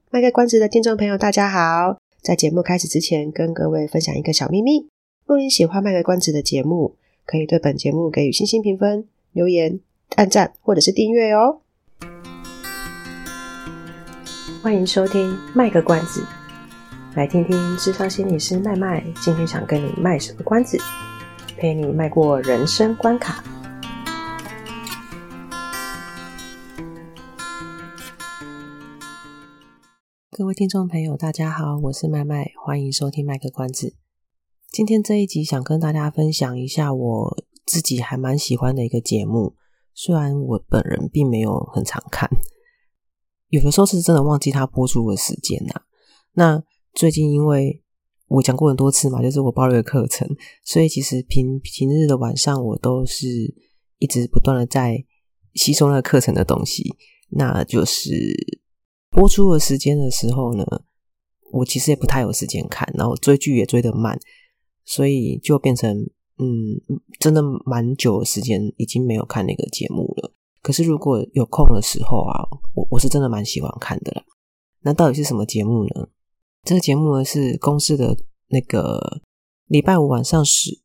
卖个关子的听众朋友大家好，在节目开始之前跟各位分享一个小秘密，若你喜欢卖个关子的节目，可以对本节目给予星星评分、留言、按赞或者是订阅哦。欢迎收听卖个关子，来听听智商心理师麦麦今天想跟你卖什么关子，陪你迈过人生关卡。各位听众朋友大家好，我是麦麦，欢迎收听卖个关子。今天这一集想跟大家分享一下我自己还蛮喜欢的一个节目，虽然我本人并没有很常看，有的时候是真的忘记它播出的时间啊。那最近因为我讲过很多次嘛，就是我报了一个课程，所以其实平日的晚上我都是一直不断的在吸收那个课程的东西，那就是播出的时间的时候呢，我其实也不太有时间看，然后追剧也追得慢，所以就变成真的蛮久的时间已经没有看那个节目了。可是如果有空的时候啊，我是真的蛮喜欢看的啦。那到底是什么节目呢？这个节目呢是公视的那个礼拜五晚上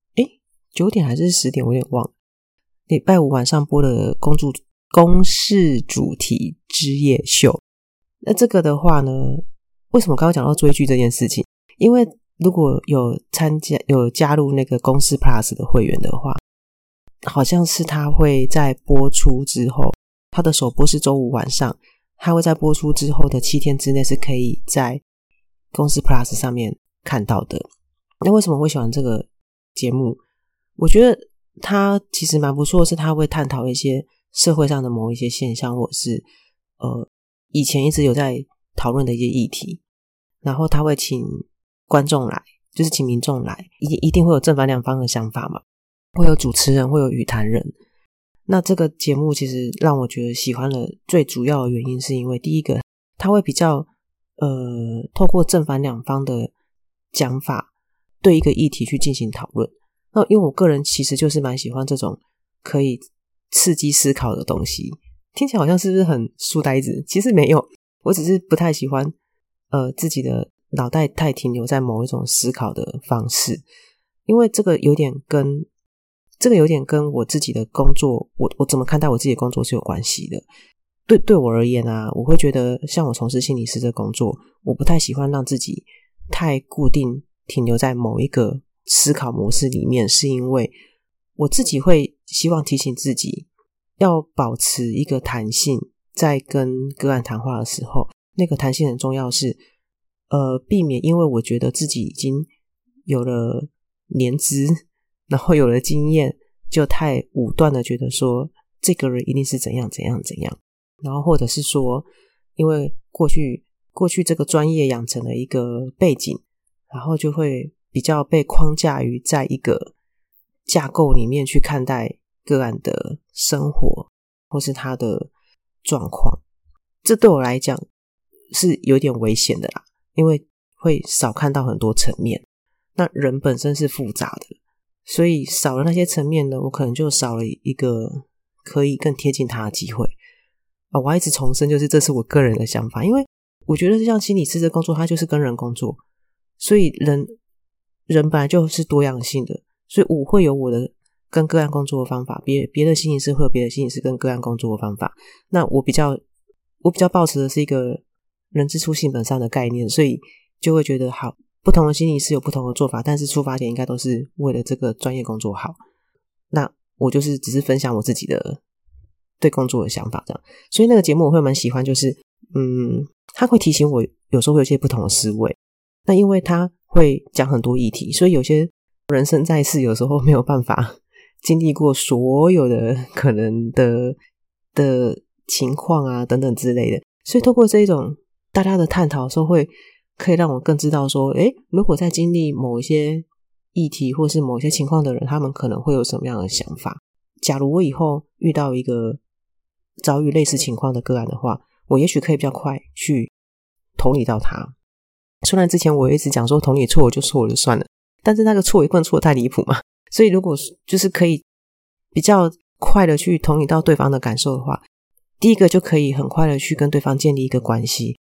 9点还是10点我有点忘了，礼拜五晚上播的公视主题之夜秀。那这个的话呢，为什么刚刚讲到追剧这件事情？因为如果有加入那个公视 Plus 的会员的话，好像是他会在播出之后，他的首播是周五晚上，他会在播出之后的7天之内是可以在公视 Plus 上面看到的。那为什么会喜欢这个节目？我觉得他其实蛮不错的是他会探讨一些社会上的某一些现象，或者是以前一直有在讨论的一些议题，然后他会请观众来，就是请民众来，一定会有正反两方的想法嘛，会有主持人，会有语坛人。那这个节目其实让我觉得喜欢的最主要的原因是因为第一个他会比较透过正反两方的讲法对一个议题去进行讨论。那因为我个人其实就是蛮喜欢这种可以刺激思考的东西，听起来好像是不是很书呆子？其实没有，我只是不太喜欢自己的脑袋太停留在某一种思考的方式，因为这个有点跟我自己的工作，我怎么看待我自己的工作是有关系的。对我而言啊，我会觉得像我从事心理师的工作，我不太喜欢让自己太固定停留在某一个思考模式里面，是因为我自己会希望提醒自己要保持一个弹性，在跟个案谈话的时候，那个弹性很重要，是避免因为我觉得自己已经有了年资，然后有了经验，就太武断的觉得说这个人一定是怎样怎样怎样，然后或者是说因为过去这个专业养成了一个背景，然后就会比较被框架于在一个架构里面去看待个案的生活或是他的状况。这对我来讲是有点危险的啦，因为会少看到很多层面。那人本身是复杂的，所以少了那些层面呢，我可能就少了一个可以更贴近他的机会。我要一直重申，就是这是我个人的想法，因为我觉得像心理师的工作，它就是跟人工作，所以人本来就是多样性的，所以我会有我的跟个案工作的方法，别的心理师会有别的心理师跟个案工作的方法。那我比较抱持的是一个人之初性本善的概念，所以就会觉得好，不同的心理师有不同的做法，但是出发点应该都是为了这个专业工作好。那我就是只是分享我自己的对工作的想法这样。所以那个节目我会蛮喜欢，就是他会提醒我有时候会有一些不同的思维。那因为他会讲很多议题，所以有些人生在世有时候没有办法经历过所有的可能的情况啊等等之类的，所以透过这一种大家的探讨的时候，可以让我更知道说如果在经历某一些议题或是某一些情况的人，他们可能会有什么样的想法。假如我以后遇到一个遭遇类似情况的个案的话，我也许可以比较快去同理到他。虽然之前我一直讲说同理错我就错了就算了，但是那个错也不能错得太离谱嘛，所以如果就是可以比较快的去同理到对方的感受的话，第一个就可以很快的去跟对方建立一个关系，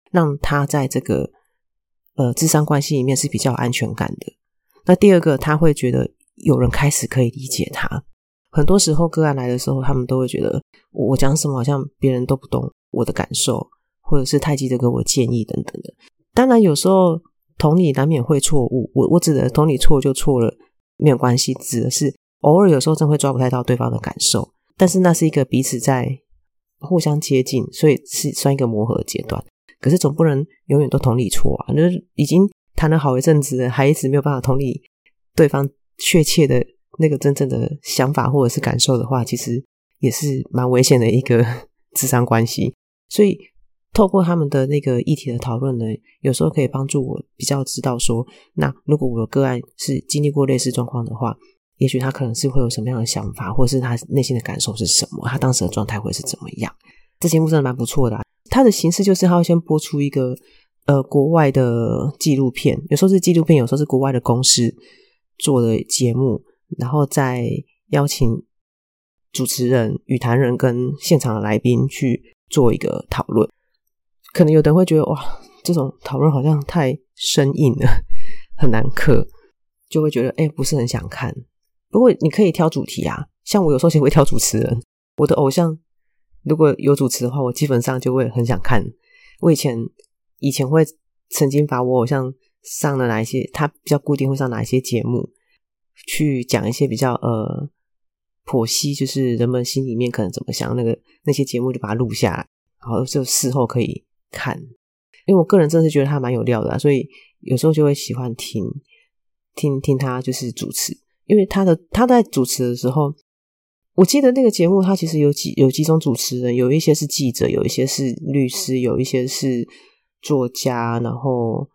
让他在这个諮商关系里面是比较有安全感的。那第二个，他会觉得有人开始可以理解他。很多时候个案来的时候，他们都会觉得我讲什么好像别人都不懂我的感受，或者是太急着给我建议等等的。当然有时候同理难免会错误，我指的同理错就错了没有关系，指的是偶尔有时候真会抓不太到对方的感受，但是那是一个彼此在互相接近，所以是算一个磨合阶段。可是总不能永远都同理错啊，就是已经谈了好一阵子了，还一直没有办法同理对方确切的那个真正的想法或者是感受的话，其实也是蛮危险的一个諮商关系。所以透过他们的那个议题的讨论呢，有时候可以帮助我比较知道说，那如果我的个案是经历过类似状况的话，也许他可能是会有什么样的想法，或者是他内心的感受是什么，他当时的状态会是怎么样。这节目真的蛮不错的啊。它的形式就是他会先播出一个国外的纪录片，有时候是纪录片，有时候是国外的公司做的节目，然后再邀请主持人、语谈人跟现场的来宾去做一个讨论。可能有的人会觉得哇，这种讨论好像太生硬了，很难嗑，就会觉得不是很想看。不过你可以挑主题啊，像我有时候也会挑主持人，我的偶像如果有主持的话，我基本上就会很想看。我以前会曾经把我偶像上了哪一些，他比较固定会上哪一些节目，去讲一些比较剖析就是人们心里面可能怎么想，那些节目就把它录下来，然后就事后可以看。因为我个人真的是觉得他蛮有料的啊，所以有时候就会喜欢听他就是主持。因为他在主持的时候，我记得那个节目他其实有几种主持人，有一些是记者，有一些是律师，有一些是作家，然后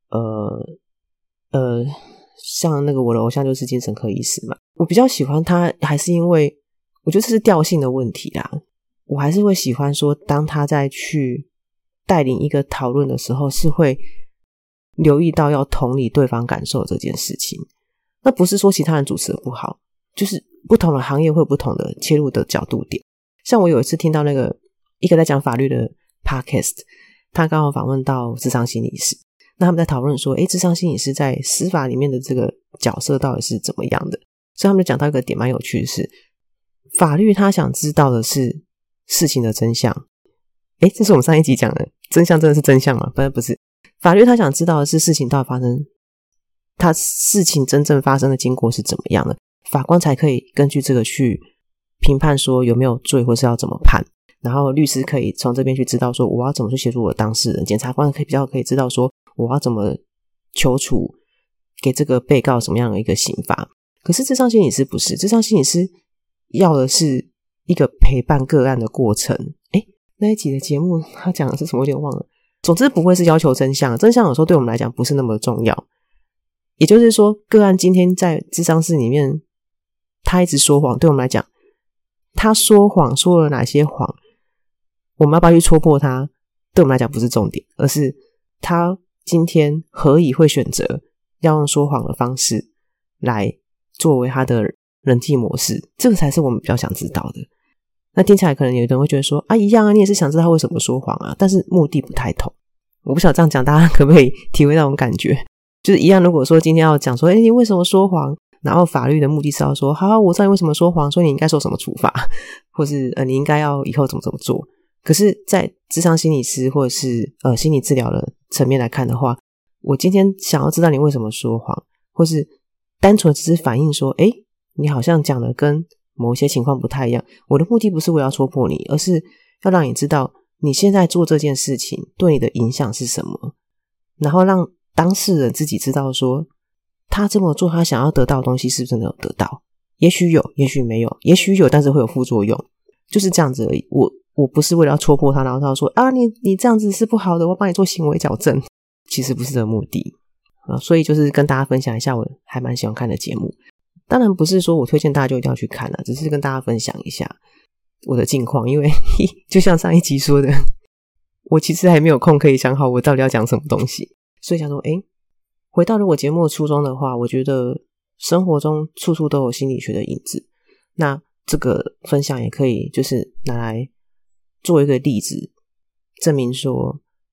像那个我的偶像就是精神科医师嘛。我比较喜欢他还是因为我觉得这是调性的问题啦，我还是会喜欢说当他在去带领一个讨论的时候，是会留意到要同理对方感受这件事情。那不是说其他人主持的不好，就是不同的行业会有不同的切入的角度点。像我有一次听到一个在讲法律的 podcast， 他刚好访问到諮商心理师，那他们在讨论说諮商心理师在司法里面的这个角色到底是怎么样的。所以他们就讲到一个点蛮有趣的是，法律他想知道的是事情的真相。这是我们上一集讲的，真相真的是真相吗？不是，法律他想知道的是事情到底发生，他事情真正发生的经过是怎么样的，法官才可以根据这个去评判说有没有罪或是要怎么判，然后律师可以从这边去知道说我要怎么去协助我的当事人，检察官比较可以知道说我要怎么求处给这个被告什么样的一个刑罚。可是諮商心理师不是，諮商心理师要的是一个陪伴个案的过程。那一集的节目他讲的是什么有点忘了，总之不会是要求真相，真相有时候对我们来讲不是那么重要。也就是说个案今天在諮商室里面他一直说谎，对我们来讲他说谎说了哪些谎，我们要不要去戳破他，对我们来讲不是重点，而是他今天何以会选择要用说谎的方式来作为他的人际模式，这个才是我们比较想知道的。那听起来可能有人会觉得说一样啊，你也是想知道他为什么说谎啊，但是目的不太同。我不晓得这样讲大家可不可以体会到那种感觉，就是一样，如果说今天要讲说你为什么说谎，然后法律的目的是要说好，我知道你为什么说谎，所以你应该受什么处罚，或是你应该要以后怎么做。可是在諮商心理师或者是心理治疗的层面来看的话，我今天想要知道你为什么说谎，或是单纯只是反映说你好像讲的跟某些情况不太一样，我的目的不是为了要戳破你，而是要让你知道你现在做这件事情对你的影响是什么，然后让当事人自己知道说他这么做他想要得到的东西是不是真的有得到，也许有也许没有，也许有但是会有副作用，就是这样子而已。我不是为了要戳破他，然后他说你这样子是不好的，我帮你做行为矫正，其实不是这个目的所以就是跟大家分享一下我还蛮喜欢看的节目。当然不是说我推荐大家就一定要去看只是跟大家分享一下我的近况，因为就像上一集说的，我其实还没有空可以想好我到底要讲什么东西，所以想说回到如果节目的初衷的话，我觉得生活中处处都有心理学的影子，那这个分享也可以就是拿来做一个例子，证明说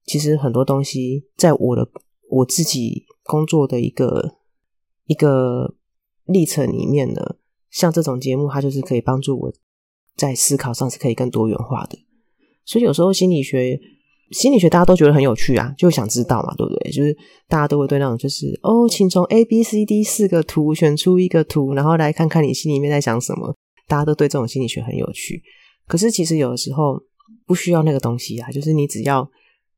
其实很多东西在我自己工作的一个历程里面呢，像这种节目它就是可以帮助我在思考上是可以更多元化的。所以有时候心理学大家都觉得很有趣啊，就想知道嘛，对不对？就是大家都会对那种就是请从 ABCD 4个图选出一个图，然后来看看你心里面在想什么，大家都对这种心理学很有趣。可是其实有的时候不需要那个东西啊，就是你只要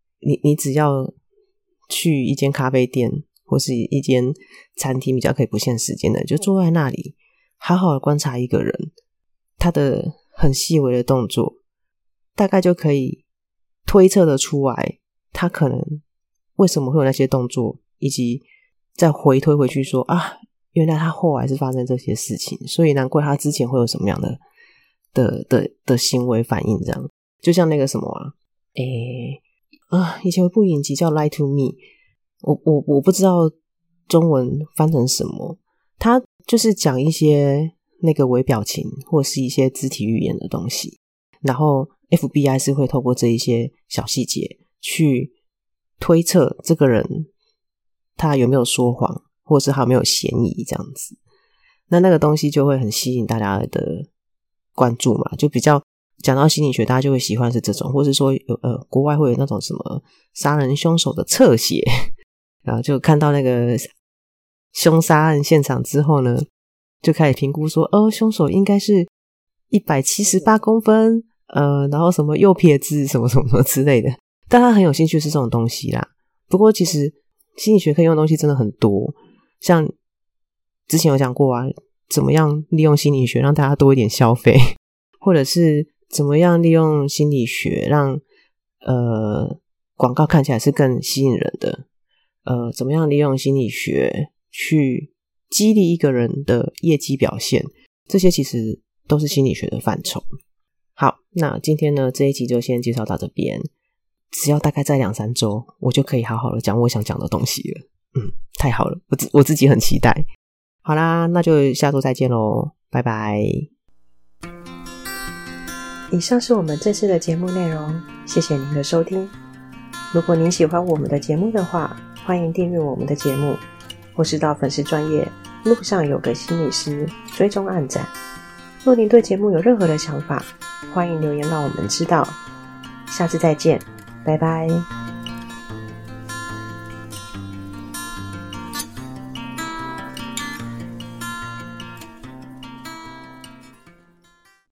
去一间咖啡店或是一间餐厅比较可以不限时间的，就坐在那里好好的观察一个人，他的很细微的动作，大概就可以推测得出来他可能为什么会有那些动作，以及再回推回去说啊，原来他后来是发生这些事情，所以难怪他之前会有什么样的行为反应。这样就像那个什么以前有部影集叫 Lie to Me， 我不知道中文翻成什么，他就是讲一些那个微表情或是一些肢体语言的东西，然后 FBI 是会透过这一些小细节去推测这个人他有没有说谎，或是他有没有嫌疑这样子。那个东西就会很吸引大家的关注嘛，就比较讲到心理学大家就会喜欢是这种，或是说国外会有那种什么杀人凶手的侧写，然后就看到那个凶杀案现场之后呢，就开始评估说凶手应该是178公分然后什么右撇子什么什么什么之类的，但他很有兴趣是这种东西啦。不过其实心理学可以用的东西真的很多，像之前有讲过啊，怎么样利用心理学让大家多一点消费，或者是怎么样利用心理学让广告看起来是更吸引人的，怎么样利用心理学去激励一个人的业绩表现，这些其实都是心理学的范畴。好，那今天呢这一集就先介绍到这边，只要大概在2-3周我就可以好好的讲我想讲的东西了。太好了，我自己很期待。好啦，那就下周再见咯，拜拜。以上是我们这次的节目内容，谢谢您的收听。如果您喜欢我们的节目的话，欢迎订阅我们的节目，或是到粉丝专页路上有个心理师追踪按赞。若您对节目有任何的想法，欢迎留言让我们知道。下次再见，拜拜。